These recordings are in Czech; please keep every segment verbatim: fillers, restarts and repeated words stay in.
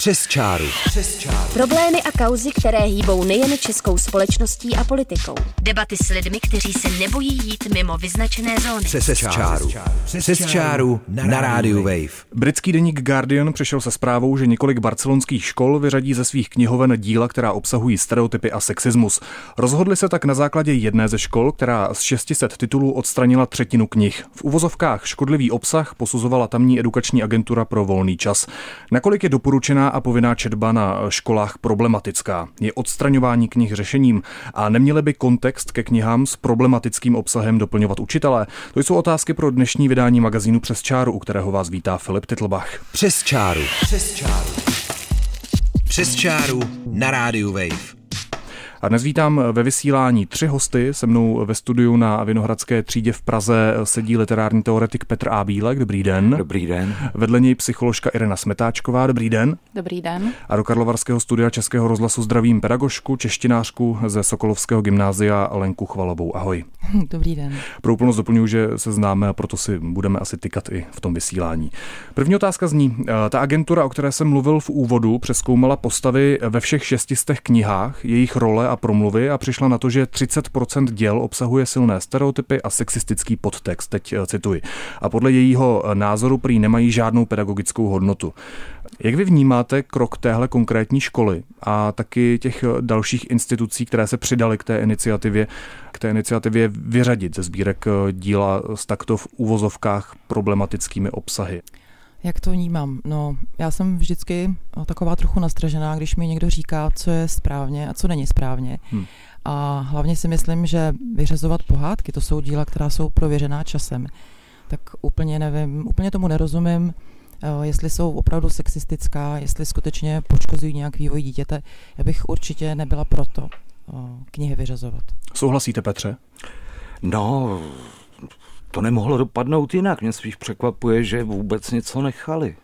Přes čáru. Přes čáru. Problémy a kauzy, které hýbou nejen českou společností a politikou. Debaty s lidmi, kteří se nebojí jít mimo vyznačené zóny. Přes, Přes čáru. Přes, Přes čáru na, na rádiu Wave. Britský deník Guardian přišel se zprávou, že několik barcelonských škol vyřadí ze svých knihoven díla, která obsahují stereotypy a sexismus. Rozhodli se tak na základě jedné ze škol, která z šesti set titulů odstranila třetinu knih. V uvozovkách škodlivý obsah posuzovala tamní edukační agentura pro volný čas. Nakolik je doporučená a povinná četba na školách problematická? Je odstraňování knih řešením a neměli by kontext ke knihám s problematickým obsahem doplňovat učitelé? To jsou otázky pro dnešní vydání magazínu Přes čáru, u kterého vás vítá Filip Titlbach. Přes čáru. Přes čáru. Přes čáru na rádiu Wave. A dnes vítám ve vysílání tři hosty. Se mnou ve studiu na Vinohradské třídě v Praze sedí literární teoretik Petr A. Bílek. Dobrý den. Dobrý den. Vedle něj psycholožka Irena Smetáčková. Dobrý den. Dobrý den. A do Karlovarského studia Českého rozhlasu zdravím pedagožku, češtinářku ze Sokolovského gymnázia Lenku Chvalovou. Ahoj. Dobrý den. Pro úplnost doplňuji, že se známe a proto si budeme asi tykat i v tom vysílání. První otázka zní, ta agentura, o které jsem mluvil v úvodu, přezkoumala postavy ve všech šestistech knihách, jejich role a promluvy a přišla na to, že třicet procent děl obsahuje silné stereotypy a sexistický podtext, teď cituji. A podle jejího názoru prý nemají žádnou pedagogickou hodnotu. Jak vy vnímáte krok téhle konkrétní školy a taky těch dalších institucí, které se přidaly k té iniciativě, k té iniciativě vyřadit ze sbírek díla s takto v uvozovkách problematickými obsahy? Jak to vnímám? No, já jsem vždycky taková trochu nastražená, když mi někdo říká, co je správně a co není správně. Hmm. A hlavně si myslím, že vyřazovat pohádky, to jsou díla, která jsou prověřená časem. Tak úplně nevím, úplně tomu nerozumím, jestli jsou opravdu sexistická, jestli skutečně poškozují nějak vývoj dítěte. Já bych určitě nebyla proto knihy vyřazovat. Souhlasíte, Petře? No, to nemohlo dopadnout jinak. Mě spíš překvapuje, že vůbec něco nechali.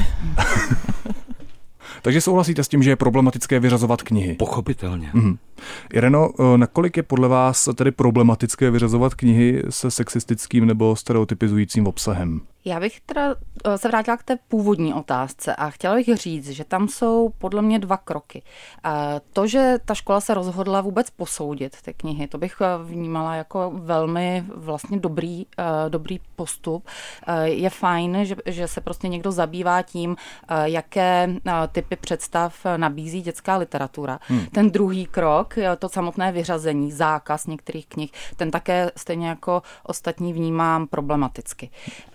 Takže souhlasíte s tím, že je problematické vyřazovat knihy? Pochopitelně. Mhm. Ireno, nakolik je podle vás tedy problematické vyřazovat knihy se sexistickým nebo stereotypizujícím obsahem? Já bych teda se vrátila k té původní otázce a chtěla bych říct, že tam jsou podle mě dva kroky. To, že ta škola se rozhodla vůbec posoudit ty knihy, to bych vnímala jako velmi vlastně dobrý, dobrý postup. Je fajn, že, že se prostě někdo zabývá tím, jaké typy představ nabízí dětská literatura. Hmm. Ten druhý krok, to samotné vyřazení, zákaz některých knih, ten také stejně jako ostatní vnímám problematicky.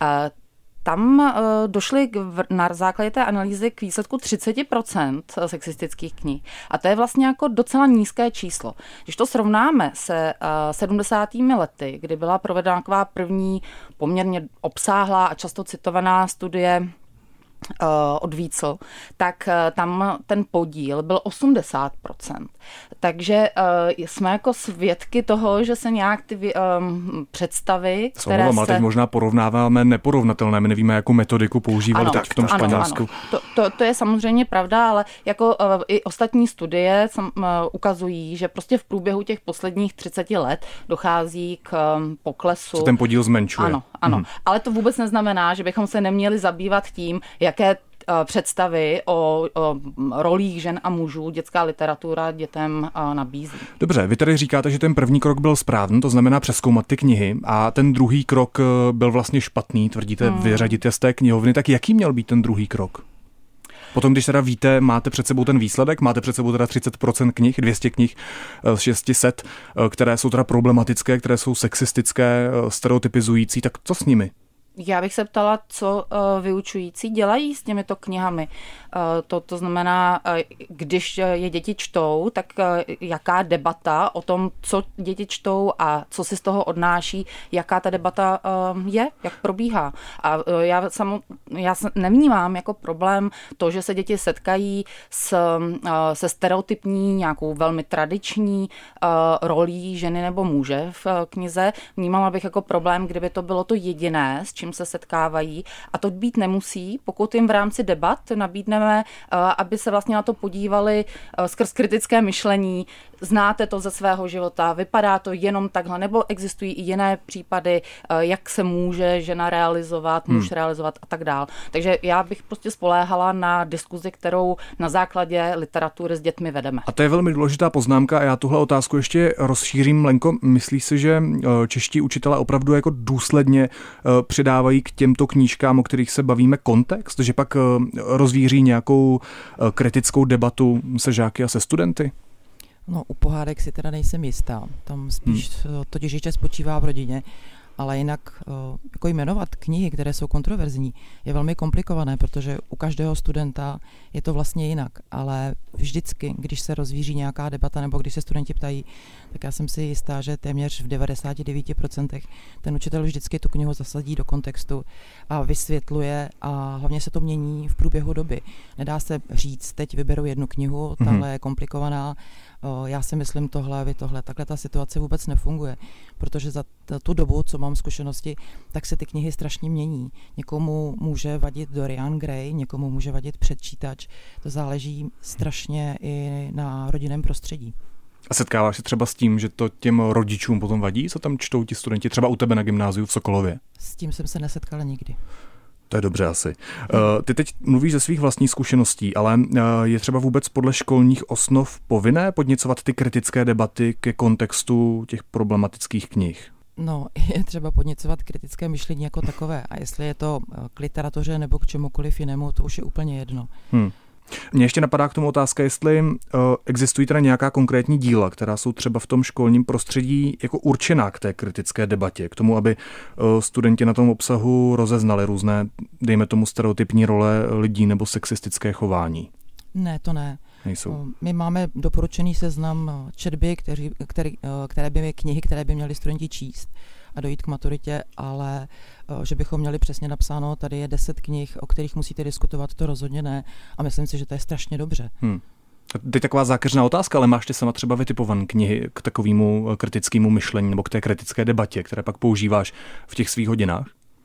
Tam uh, došli k, na základě té analýzy k výsledku třicet procent sexistických knih. A to je vlastně jako docela nízké číslo. Když to srovnáme se uh, sedmdesátými lety, kdy byla provedena taková první poměrně obsáhlá a často citovaná studie od Vícl, tak tam ten podíl byl osmdesát procent. Takže uh, jsme jako svědky toho, že se nějak ty um, představy, které Samozřejmě, se... teď možná porovnáváme neporovnatelné, my nevíme, jakou metodiku používali ano, tak v tom ano, Španělsku. Ano. To, to, to je samozřejmě pravda, ale jako uh, i ostatní studie sam, uh, ukazují, že prostě v průběhu těch posledních třiceti let dochází k um, poklesu. Se ten podíl zmenšuje. Ano, ano. Mhm. Ale to vůbec neznamená, že bychom se neměli zabývat tím, jaké představy o, o rolích žen a mužů dětská literatura dětem nabízí. Dobře, vy tady říkáte, že ten první krok byl správný, to znamená přezkoumat ty knihy, a ten druhý krok byl vlastně špatný, tvrdíte, hmm. vyřadit je z té knihovny, tak jaký měl být ten druhý krok? Potom, když teda víte, máte před sebou ten výsledek, máte před sebou teda třicet procent knih, dvě stě knih z šesti set, které jsou teda problematické, které jsou sexistické, stereotypizující, tak co s nimi? Já bych se ptala, co uh, vyučující dělají s těmito knihami. Uh, to, to znamená, uh, když je děti čtou, tak uh, jaká debata o tom, co děti čtou a co si z toho odnáší, jaká ta debata uh, je, jak probíhá. A uh, já, samo, já nevnímám jako problém to, že se děti setkají s, uh, se stereotypní, nějakou velmi tradiční uh, rolí ženy nebo muže v uh, knize. Vnímala bych jako problém, kdyby to bylo to jediné, s čím se setkávají. A to být nemusí, pokud jim v rámci debat nabídneme, aby se vlastně na to podívali skrz kritické myšlení, znáte to ze svého života, vypadá to jenom takhle, nebo existují i jiné případy, jak se může žena realizovat, muž hmm. realizovat a tak dál. Takže já bych prostě spoléhala na diskuzi, kterou na základě literatury s dětmi vedeme. A to je velmi důležitá poznámka a já tuhle otázku ještě rozšířím. Lenko, myslíš si, že čeští učitelé opravdu jako důsledně přidávají k těmto knížkám, o kterých se bavíme, kontext, že pak rozvíří nějakou kritickou debatu se žáky a se studenty? No, u pohádek si teda nejsem jistá. Tam spíš hmm. to těžiště spočívá v rodině, ale jinak jako jmenovat knihy, které jsou kontroverzní, je velmi komplikované, protože u každého studenta je to vlastně jinak, ale vždycky, když se rozvíří nějaká debata nebo když se studenti ptají, tak já jsem si jistá, že téměř v devadesát devět procent ten učitel vždycky tu knihu zasadí do kontextu a vysvětluje a hlavně se to mění v průběhu doby. Nedá se říct, teď vyberu jednu knihu, tahle mm-hmm. je komplikovaná, já si myslím tohle, vy tohle. Takhle ta situace vůbec nefunguje, protože za tu dobu, co mám zkušenosti, tak se ty knihy strašně mění. Někomu může vadit Dorian Gray, někomu může vadit Předčítač. To záleží strašně i na rodinném prostředí. A setkáváš se třeba s tím, že to těm rodičům potom vadí, co tam čtou ti studenti, třeba u tebe na gymnáziu v Sokolově? S tím jsem se nesetkala nikdy. To je dobře asi. Ty teď mluvíš ze svých vlastních zkušeností, ale je třeba vůbec podle školních osnov povinné podněcovat ty kritické debaty ke kontextu těch problematických knih? No, je třeba podněcovat kritické myšlení jako takové. A jestli je to k literatuře nebo k čemukoliv jinému, to už je úplně jedno. Hmm. Mně ještě napadá k tomu otázka, jestli uh, existují teda nějaká konkrétní díla, která jsou třeba v tom školním prostředí jako určená k té kritické debatě, k tomu, aby uh, studenti na tom obsahu rozeznali různé, dejme tomu, stereotypní role lidí nebo sexistické chování. Ne, to ne. Nejsou. My máme doporučený seznam četby, který, který, které by knihy, které by měli studenti číst a dojít k maturitě, ale že bychom měli přesně napsáno, tady je deset knih, o kterých musíte diskutovat, to rozhodně ne. A myslím si, že to je strašně dobře. Hmm. Teď taková zákeřná otázka, ale máš ty sama třeba vytipované knihy k takovému kritickému myšlení nebo k té kritické debatě, které pak používáš v těch svých hodinách?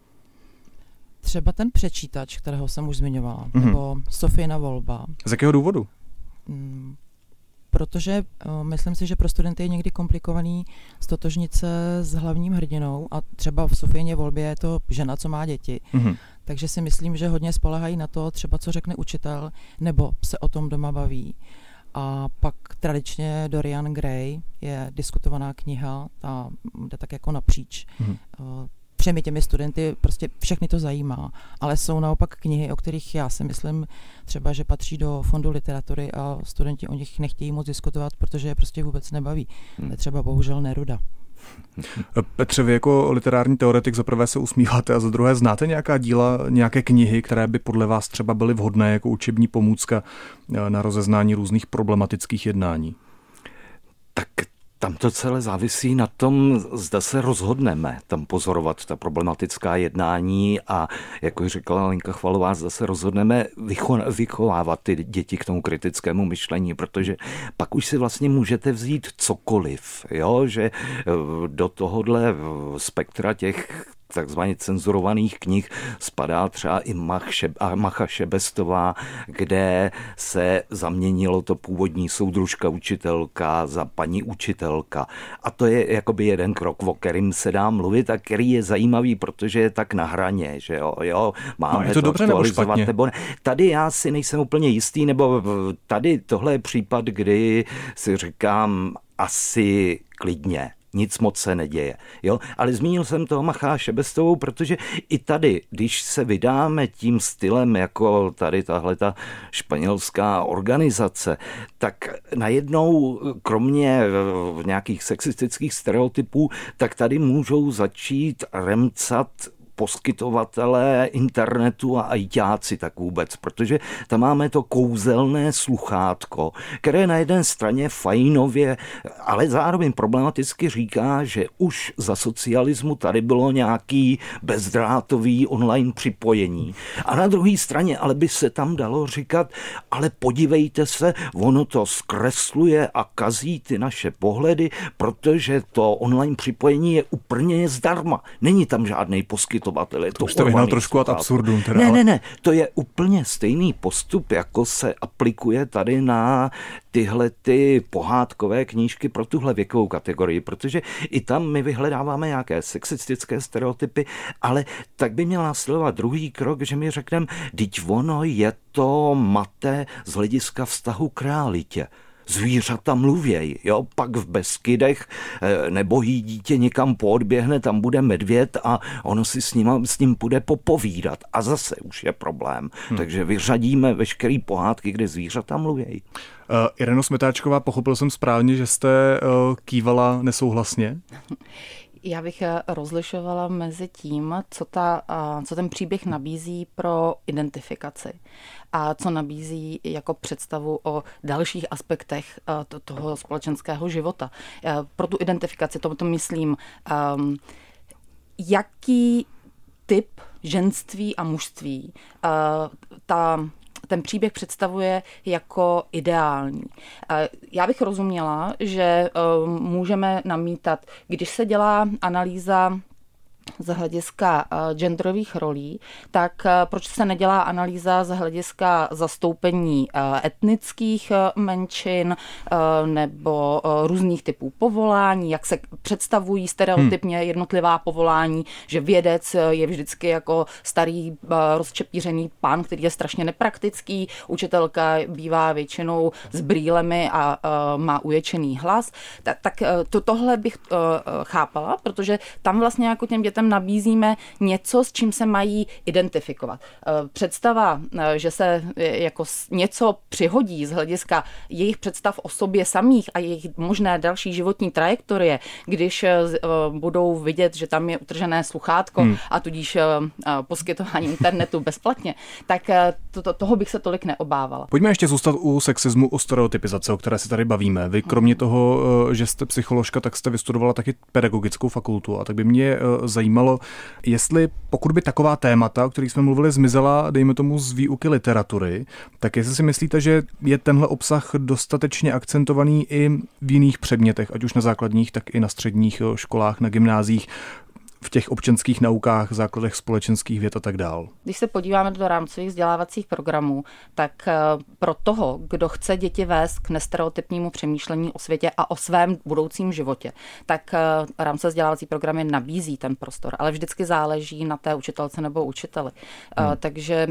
Třeba ten Předčítač, kterého jsem už zmiňovala, mm-hmm. nebo Sofína volba. Z jakého důvodu? Hmm. Protože uh, myslím si, že pro studenty je někdy komplikovaný stotožnit se s hlavním hrdinou a třeba v Sofíně volbě je to žena, co má děti. Mm-hmm. Takže si myslím, že hodně spoléhají na to, třeba co řekne učitel, nebo se o tom doma baví. A pak tradičně Dorian Gray je diskutovaná kniha, ta jde tak jako napříč. Mm-hmm. Uh, všemi těmi studenty prostě všechny to zajímá, ale jsou naopak knihy, o kterých já si myslím třeba, že patří do fondu literatury a studenti o nich nechtějí moc diskutovat, protože je prostě vůbec nebaví. Hmm. To je třeba bohužel Neruda. Petře, vy jako literární teoretik za prvé se usmíváte a za druhé znáte nějaká díla, nějaké knihy, které by podle vás třeba byly vhodné jako učební pomůcka na rozeznání různých problematických jednání? Tak tam to celé závisí na tom, zda se rozhodneme tam pozorovat ta problematická jednání a, jako říkala Lenka Chvalová, zda se rozhodneme vycho- vychovávat ty děti k tomu kritickému myšlení, protože pak už si vlastně můžete vzít cokoliv, jo? Že do tohohle spektra těch takzvaně cenzurovaných knih spadá třeba i Mach Šeb- Macha Šebestová, kde se zaměnilo to původní soudružka učitelka za paní učitelka. A to je jakoby jeden krok, o kterým se dá mluvit a který je zajímavý, protože je tak na hraně, že jo, jo máme no, je to, to dobře aktualizovat nebo, nebo ne. Tady já si nejsem úplně jistý, nebo tady tohle je případ, kdy si říkám asi klidně. Nic moc se neděje. Jo? Ale zmínil jsem toho Macha Šebestovou, protože i tady, když se vydáme tím stylem, jako tady tahleta španělská organizace, tak najednou, kromě nějakých sexistických stereotypů, tak tady můžou začít remcat poskytovatelé internetu a ajťáci tak vůbec, protože tam máme to kouzelné sluchátko, které na jedné straně fajnově, ale zároveň problematicky říká, že už za socialismu tady bylo nějaký bezdrátový online připojení. A na druhé straně ale by se tam dalo říkat, ale podívejte se, ono to zkresluje a kazí ty naše pohledy, protože to online připojení je úplně zdarma. Není tam žádný poskytovatel diskutovatel. Je to to už jste vyhnal trošku ad absurdum. Teda, ne, ale... ne, ne, to je úplně stejný postup, jako se aplikuje tady na tyhle ty pohádkové knížky pro tuhle věkovou kategorii, protože i tam my vyhledáváme nějaké sexistické stereotypy, ale tak by měl následovat druhý krok, že my řekneme, vždyť ono je to mate z hlediska vztahu k realitě. Zvířata mluvěj, jo, pak v Beskydech nebohý dítě někam poodběhne, tam bude medvěd a ono si s ním, s ním půjde popovídat a zase už je problém. Hmm. Takže vyřadíme veškerý pohádky, kde zvířata mluvěj. Uh, Ireno Smetáčková, pochopil jsem správně, že jste uh, kývala nesouhlasně? Já bych rozlišovala mezi tím, co, ta, co ten příběh nabízí pro identifikaci a co nabízí jako představu o dalších aspektech toho společenského života. Pro tu identifikaci, to, to myslím, jaký typ ženství a mužství ta ten příběh představuje jako ideální. Já bych rozuměla, že můžeme namítat, když se dělá analýza z hlediska genderových rolí, tak proč se nedělá analýza z hlediska zastoupení etnických menšin nebo různých typů povolání, jak se představují stereotypně jednotlivá povolání, že vědec je vždycky jako starý rozčepířený pán, který je strašně nepraktický, učitelka bývá většinou s brýlemi a má uječený hlas. Tak, tak to, tohle bych chápala, protože tam vlastně jako těm dětem nabízíme něco, s čím se mají identifikovat. Představa, že se jako něco přihodí z hlediska jejich představ o sobě samých a jejich možné další životní trajektorie, když budou vidět, že tam je utržené sluchátko hmm. a tudíž poskytování internetu bezplatně, tak to, to, toho bych se tolik neobávala. Pojďme ještě zůstat u sexismu, u stereotypizace, o které se tady bavíme. Vy kromě toho, že jste psycholožka, tak jste vystudovala taky pedagogickou fakultu a tak by mě zajímalo, jestli pokud by taková témata, o kterých jsme mluvili, zmizela, dejme tomu z výuky literatury, tak jestli si myslíte, že je tenhle obsah dostatečně akcentovaný i v jiných předmětech, ať už na základních, tak i na středních školách, na gymnáziích, v těch občanských naukách, základech společenských věd a tak dál. Když se podíváme do rámcových vzdělávacích programů, tak pro toho, kdo chce děti vést k nestereotypnímu přemýšlení o světě a o svém budoucím životě, tak rámcové vzdělávací programy nabízí ten prostor, ale vždycky záleží na té učitelce nebo učiteli. Hmm. Takže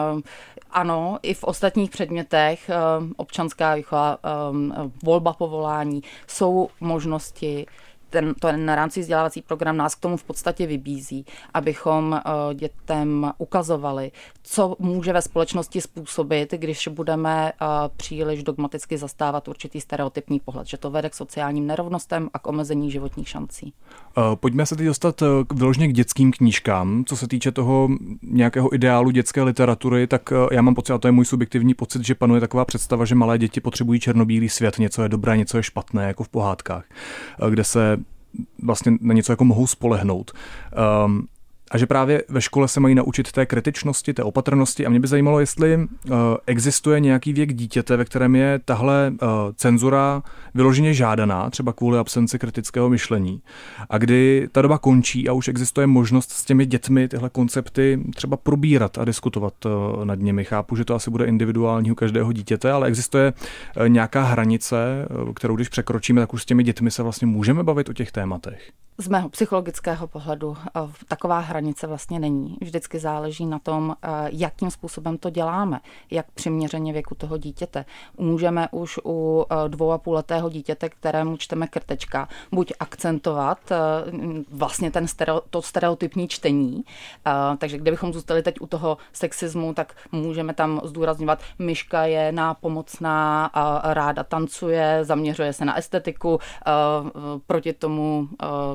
ano, i v ostatních předmětech, občanská výchova, volba povolání, jsou možnosti. Ten, ten rámcový vzdělávací program nás k tomu v podstatě vybízí, abychom dětem ukazovali, co může ve společnosti způsobit, když budeme příliš dogmaticky zastávat určitý stereotypní pohled, že to vede k sociálním nerovnostem a k omezení životních šancí. Pojďme se teď dostat vyloženě k dětským knížkám. Co se týče toho nějakého ideálu dětské literatury, tak já mám pocit, a to je můj subjektivní pocit, že panuje taková představa, že malé děti potřebují černobílý svět, něco je dobré, něco je špatné, jako v pohádkách, kde se vlastně na něco jako mohou spolehnout. Um, a že právě ve škole se mají naučit té kritičnosti, té opatrnosti a mě by zajímalo, jestli uh, existuje nějaký věk dítěte, ve kterém je tahle uh, cenzura vyloženě žádaná, třeba kvůli absenci kritického myšlení a kdy ta doba končí a už existuje možnost s těmi dětmi tyhle koncepty třeba probírat a diskutovat uh, nad nimi. Chápu, že to asi bude individuální u každého dítěte, ale existuje uh, nějaká hranice, uh, kterou když překročíme, tak už s těmi dětmi se vlastně můžeme bavit o těch tématech. Z mého psychologického pohledu taková hranice vlastně není. Vždycky záleží na tom, jakým způsobem to děláme, jak přiměřeně věku toho dítěte. Můžeme už u dvou a půl letého dítěte, kterému čteme krtečka, buď akcentovat vlastně ten stereo, to stereotypní čtení, takže kdybychom zůstali teď u toho sexismu, tak můžeme tam zdůrazňovat, myška je nápomocná, ráda tancuje, zaměřuje se na estetiku, proti tomu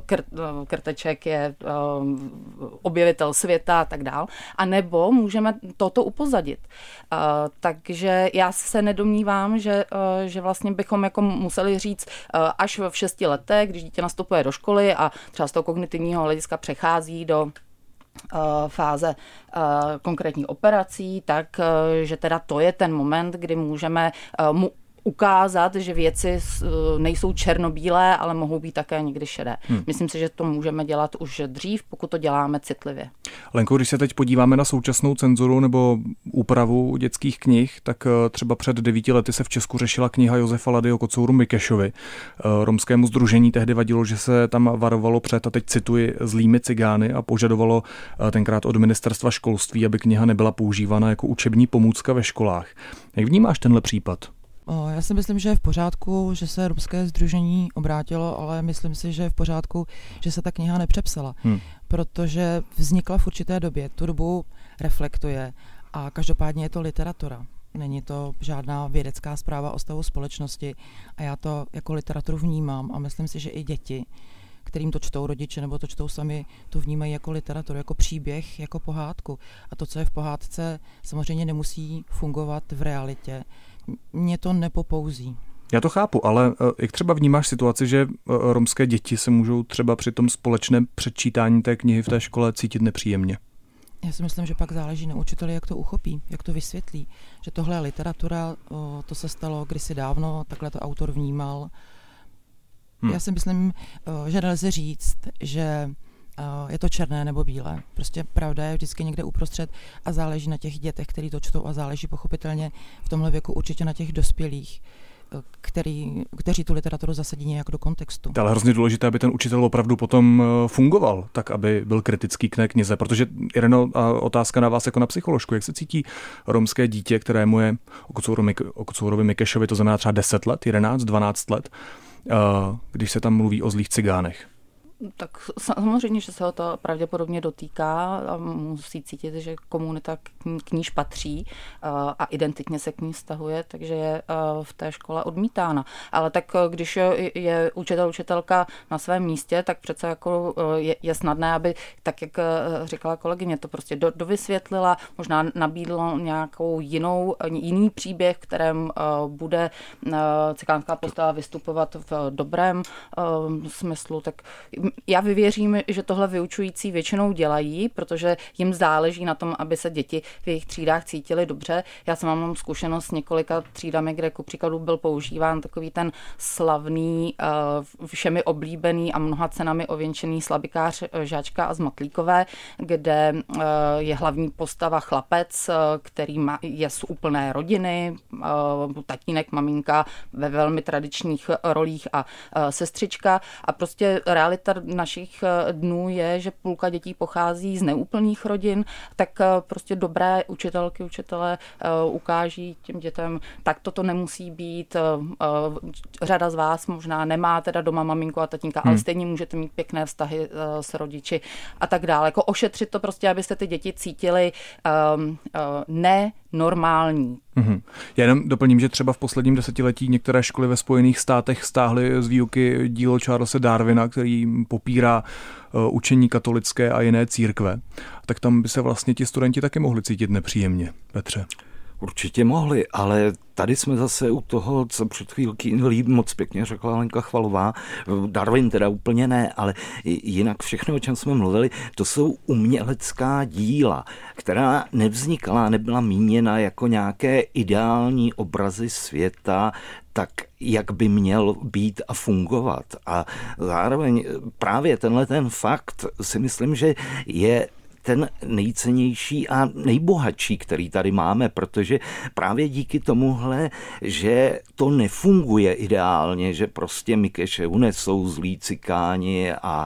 krteček je objevitel světa a tak dál. A nebo můžeme toto upozadit. Takže já se nedomnívám, že, že vlastně bychom jako museli říct až v šesti letech, když dítě nastupuje do školy a třeba z toho kognitivního hlediska přechází do fáze konkrétních operací, tak že teda to je ten moment, kdy můžeme mu ukázat, že věci nejsou černobílé, ale mohou být také někdy šedé. Hmm. Myslím si, že to můžeme dělat už dřív, pokud to děláme citlivě. Lenko, když se teď podíváme na současnou cenzuru nebo úpravu dětských knih, tak třeba před devíti lety se v Česku řešila kniha Josefa Lady o kocouru Mikešovi. Romskému sdružení tehdy vadilo, že se tam varovalo před, a teď cituji, zlými cigány a požadovalo tenkrát od ministerstva školství, aby kniha nebyla používána jako učební pomůcka ve školách. Jak vnímáš tenhle případ? Já si myslím, že je v pořádku, že se romské sdružení obrátilo, ale myslím si, že je v pořádku, že se ta kniha nepřepsala, hmm. protože vznikla v určité době, tu dobu reflektuje a každopádně je to literatura. Není to žádná vědecká zpráva o stavu společnosti a já to jako literaturu vnímám a myslím si, že i děti, kterým to čtou rodiče nebo to čtou sami, to vnímají jako literaturu, jako příběh, jako pohádku. A to, co je v pohádce, samozřejmě nemusí fungovat v realitě. Mě to nepopouzí. Já to chápu, ale jak třeba vnímáš situaci, že romské děti se můžou třeba při tom společném předčítání té knihy v té škole cítit nepříjemně? Já si myslím, že pak záleží na učiteli, jak to uchopí, jak to vysvětlí. Že tohle je literatura, to se stalo kdysi dávno, takhle to autor vnímal. Hmm. Já si myslím, že nelze říct, že je to černé nebo bílé. Prostě pravda je vždycky někde uprostřed a záleží na těch dětech, který to čtou a záleží pochopitelně v tomhle věku určitě na těch dospělých, který, kteří tu literaturu zasadí nějak do kontextu. Ale hrozně důležité, aby ten učitel opravdu potom fungoval, tak aby byl kritický k té knize, protože, Ireno, otázka na vás jako na psycholožku, jak se cítí romské dítě, kterému je o kocourovi Mikešovi, to znamená třeba deset let, jedenáct, dvanáct let, když se tam mluví o zlých cigánech? Tak samozřejmě, že se ho to pravděpodobně dotýká a musí cítit, že komunita k níž patří a identitně se k ní vztahuje, takže je v té škole odmítána. Ale tak když je učitel, učitelka na svém místě, tak přece jako je, je snadné, aby, tak jak říkala kolegyně, to prostě do, dovysvětlila, možná nabídlo nějakou jinou, jiný příběh, v kterém bude cikánská postava vystupovat v dobrém smyslu, tak já vyvěřím, že tohle vyučující většinou dělají, protože jim záleží na tom, aby se děti v jejich třídách cítily dobře. Já jsem mám zkušenost s několika třídami, kde ku příkladu byl používán takový ten slavný, všemi oblíbený a mnoha cenami ověnčený slabikář Žáčka a Zmatlíkové, kde je hlavní postava chlapec, který je z úplné rodiny, tatínek, maminka ve velmi tradičních rolích a sestřička a prostě realita našich dnů je, že půlka dětí pochází z neúplných rodin, tak prostě dobré učitelky, učitelé ukáží těm dětem, tak toto nemusí být. Řada z vás možná nemá teda doma maminku a tatínka, hmm. ale stejně můžete mít pěkné vztahy s rodiči a tak dále. Jako ošetřit to prostě, abyste ty děti cítili um, uh, nenormální. Mm-hmm. Já jenom doplním, že třeba v posledním desetiletí některé školy ve Spojených státech stáhly z výuky dílo Charlese Darwina, který popírá uh, učení katolické a jiné církve. Tak tam by se vlastně ti studenti taky mohli cítit nepříjemně. Petře. Určitě mohli, ale tady jsme zase u toho, co před chvílí moc pěkně řekla Lenka Chvalová. Darwin teda úplně ne, ale jinak všechno, o čem jsme mluvili, to jsou umělecká díla, která nevznikala, nebyla míněna jako nějaké ideální obrazy světa, tak jak by měl být a fungovat. A zároveň právě tenhle ten fakt si myslím, že je ten nejcennější a nejbohatší, který tady máme, protože právě díky tomuhle, že to nefunguje ideálně, že prostě Mikeše unesou zlí cikáni a, a,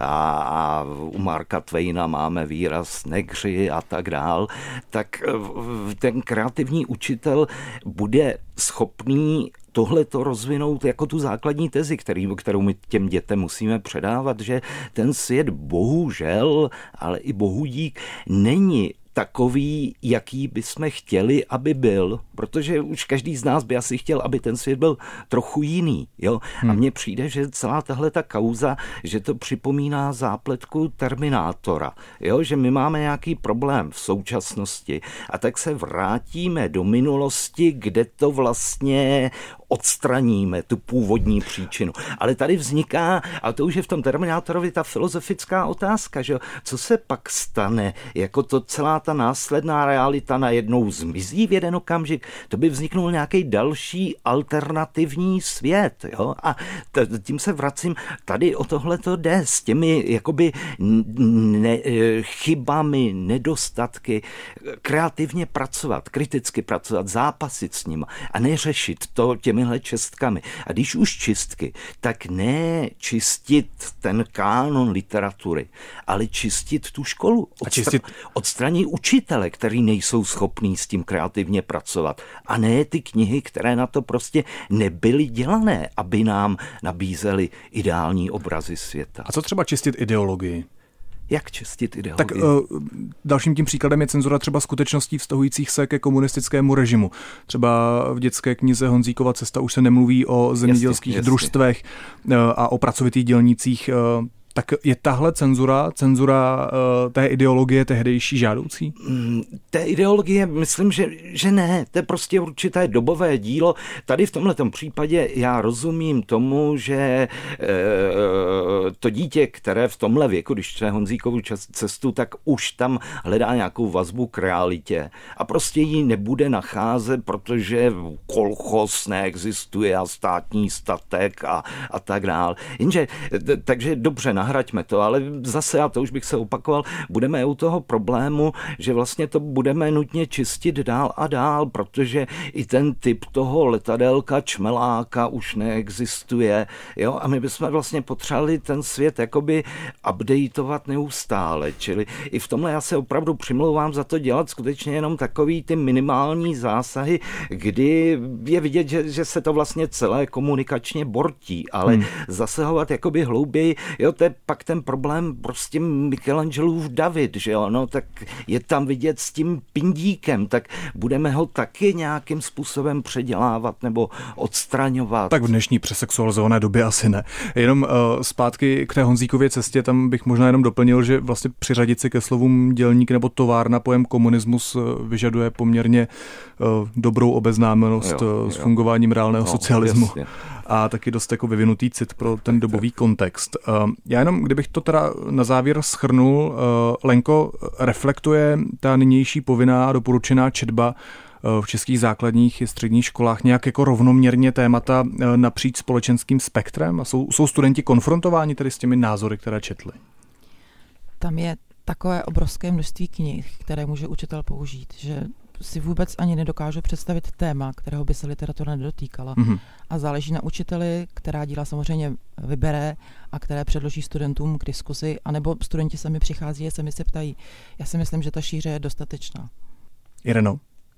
a u Marka Twaina máme výraz negři a tak dál, tak ten kreativní učitel bude schopný tohle to rozvinout jako tu základní tezi, který, kterou my těm dětem musíme předávat, že ten svět bohužel, ale i bohudík není takový, jaký bychom chtěli, aby byl, protože už každý z nás by asi chtěl, aby ten svět byl trochu jiný. Jo? Hmm. A mně přijde, že celá tahle ta kauza, že to připomíná zápletku Terminátora, jo? Že my máme nějaký problém v současnosti a tak se vrátíme do minulosti, kde to vlastně odstraníme tu původní příčinu. Ale tady vzniká, a to už je v tom Terminátorovi ta filozofická otázka, že co se pak stane, jako to celá ta následná realita najednou zmizí v jeden okamžik, to by vzniknul nějaký další alternativní svět. Jo? A t- tím se vracím, tady o tohle to jde s těmi jakoby ne- chybami, nedostatky, kreativně pracovat, kriticky pracovat, zápasit s ním a neřešit to těmihle čistkami. A když už čistky, tak ne čistit ten kánon literatury, ale čistit tu školu. Odstra- čistit... Odstranit učitele, který nejsou schopní s tím kreativně pracovat. A ne ty knihy, které na to prostě nebyly dělané, aby nám nabízely ideální obrazy světa. A co třeba čistit ideologii? Jak čistit ideologii? Tak uh, dalším tím příkladem je cenzura třeba skutečností vztahujících se ke komunistickému režimu. Třeba v dětské knize Honzíkova cesta už se nemluví o zemědělských jasně, jasně. družstvech uh, a o pracovitých dělnících. Uh, Tak je tahle cenzura, cenzura uh, té ideologie tehdejší žádoucí? Mm, té ideologie myslím, že, že ne. To je prostě určité dobové dílo. Tady v tomhletom případě já rozumím tomu, že e, to dítě, které v tomhle věku, když čte Honzíkovu cestu, tak už tam hledá nějakou vazbu k realitě a prostě ji nebude nacházet, protože kolchos neexistuje a státní statek a, a tak dál. Jenže, takže dobře, nahraďme to, ale zase, a to už bych se opakoval, budeme u toho problému, že vlastně to budeme nutně čistit dál a dál, protože i ten typ toho letadélka čmeláka už neexistuje, jo, a my bychom vlastně potřebovali ten svět jakoby updateovat neustále, čili i v tomhle já se opravdu přimlouvám za to dělat skutečně jenom takový ty minimální zásahy, kdy je vidět, že, že se to vlastně celé komunikačně bortí, ale hmm. zasahovat jakoby hlouběji, jo, to je pak ten problém prostě Michelangelův David, že jo, no tak je tam vidět s tím pindíkem, tak budeme ho taky nějakým způsobem předělávat nebo odstraňovat. Tak v dnešní přesexualizované době asi ne. Jenom uh, zpátky k té Honzíkově cestě, tam bych možná jenom doplnil, že vlastně přiřadit si ke slovům dělník nebo továrna pojem komunismus vyžaduje poměrně uh, dobrou obeznámenost jo, s jo. fungováním reálného no, socialismu. Jasně. A taky dost jako vyvinutý cit pro ten dobový kontext. Já jenom, kdybych to teda na závěr shrnul, Lenko, reflektuje ta nynější povinná a doporučená četba v českých základních i středních školách nějak jako rovnoměrně témata napříč společenským spektrem? A jsou, jsou studenti konfrontováni tedy s těmi názory, které četli? Tam je takové obrovské množství knih, které může učitel použít, že si vůbec ani nedokážu představit téma, kterého by se literatura nedotýkala. Mm-hmm. A záleží na učiteli, která díla samozřejmě vybere a které předloží studentům k diskuzi, anebo studenti sami přichází a sami se ptají. Já si myslím, že ta šíře je dostatečná. Ireno?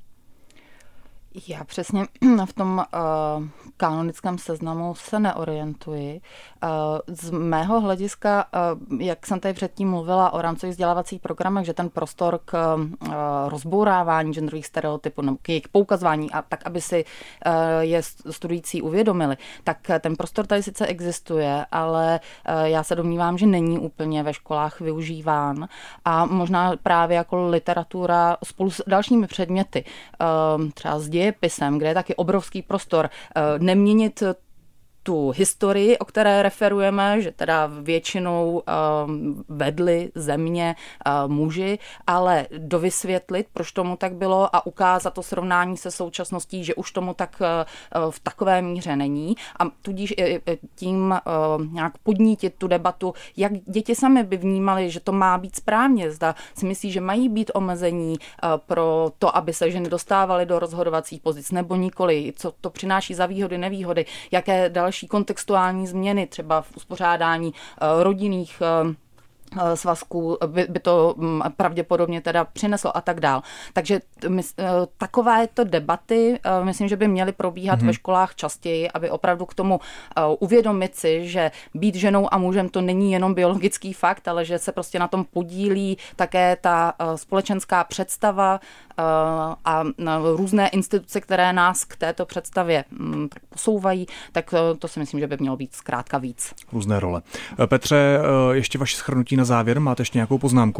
Já přesně v tom uh, kanonickém seznamu se neorientuji. Uh, z mého hlediska, uh, jak jsem tady předtím mluvila o rámcových vzdělávacích programech, že ten prostor k uh, rozbourávání genderových stereotypů, nebo k jejich poukazování, a tak, aby si uh, je studující uvědomili, tak ten prostor tady sice existuje, ale uh, já se domnívám, že není úplně ve školách využíván a možná právě jako literatura spolu s dalšími předměty, uh, třeba z dějepisem, kde je taky obrovský prostor, neměnit tu historii, o které referujeme, že teda většinou um, vedli země uh, muži, ale dovysvětlit, proč tomu tak bylo a ukázat to srovnání se současností, že už tomu tak uh, v takové míře není a tudíž tím uh, nějak podnítit tu debatu, jak děti sami by vnímali, že to má být správně. Zda si myslí, že mají být omezení uh, pro to, aby se ženy dostávaly do rozhodovacích pozic nebo nikoli, co to přináší za výhody, nevýhody, jaké další kontextuální změny, třeba v uspořádání uh, rodinných uh, svazků by, by to pravděpodobně teda přineslo a tak dál. Takže my, takovéto debaty myslím, že by měly probíhat mm-hmm. ve školách častěji, aby opravdu k tomu uvědomit si, že být ženou a mužem to není jenom biologický fakt, ale že se prostě na tom podílí také ta společenská představa a různé instituce, které nás k této představě posouvají, tak to si myslím, že by mělo být zkrátka víc. Různé role. Petře, ještě vaše shrnutí na závěr, máte ještě nějakou poznámku?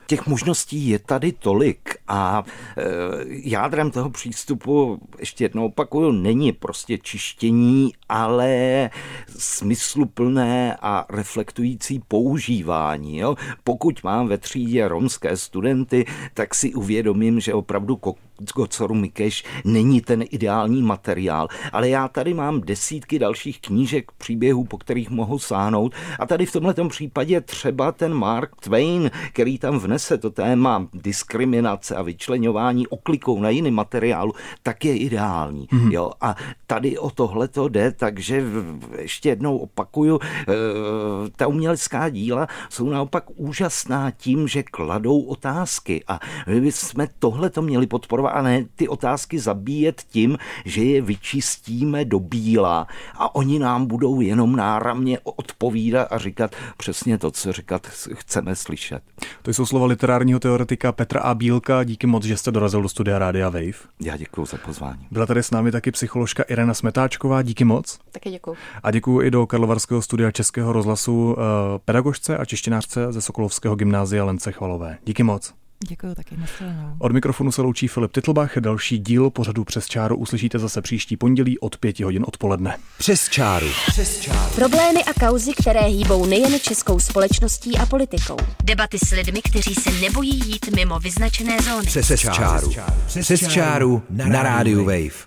Těch možností je tady tolik a e, jádrem toho přístupu, ještě jednou opakuju, není prostě čištění, ale smysluplné a reflektující používání. Jo? Pokud mám ve třídě romské studenty, tak si uvědomím, že opravdu Kocoru Mikeš není ten ideální materiál, ale já tady mám desítky dalších knížek, příběhů, po kterých mohu sáhnout a tady v tomhletom případě třeba ten Mark Twain, který tam vnese to téma diskriminace a vyčleňování oklikou na jiný materiálu, tak je ideální. Mm. Jo? A tady o tohle to jde, takže ještě jednou opakuju, ta umělecká díla jsou naopak úžasná tím, že kladou otázky a my bychom tohle to měli podporovat a ne ty otázky zabíjet tím, že je vyčistíme do bíla a oni nám budou jenom náramně odpovídat a říkat přesně to, co říkat chceme slyšet. To jsou slova literárního teoretika Petra A. Bílka. Díky moc, že jste dorazil do studia Rádia Wave. Já děkuji za pozvání. Byla tady s námi taky psycholožka Irena Smetáčková. Díky moc. Taky děkuji. A děkuji i do Karlovarského studia Českého rozhlasu pedagožce a češtinářce ze Sokolovského gymnázia Lence Chvalové. Díky moc. Děkuji taky, nashledanou. Od mikrofonu se loučí Filip Titlbach. Další díl pořadu Přes čáru uslyšíte zase příští pondělí od pěti hodin odpoledne. Přes čáru. Přes čáru. Problémy a kauzy, které hýbou nejen českou společností a politikou. Debaty s lidmi, kteří se nebojí jít mimo vyznačené zóny. Přes čáru. Přes čáru na rádiu Wave.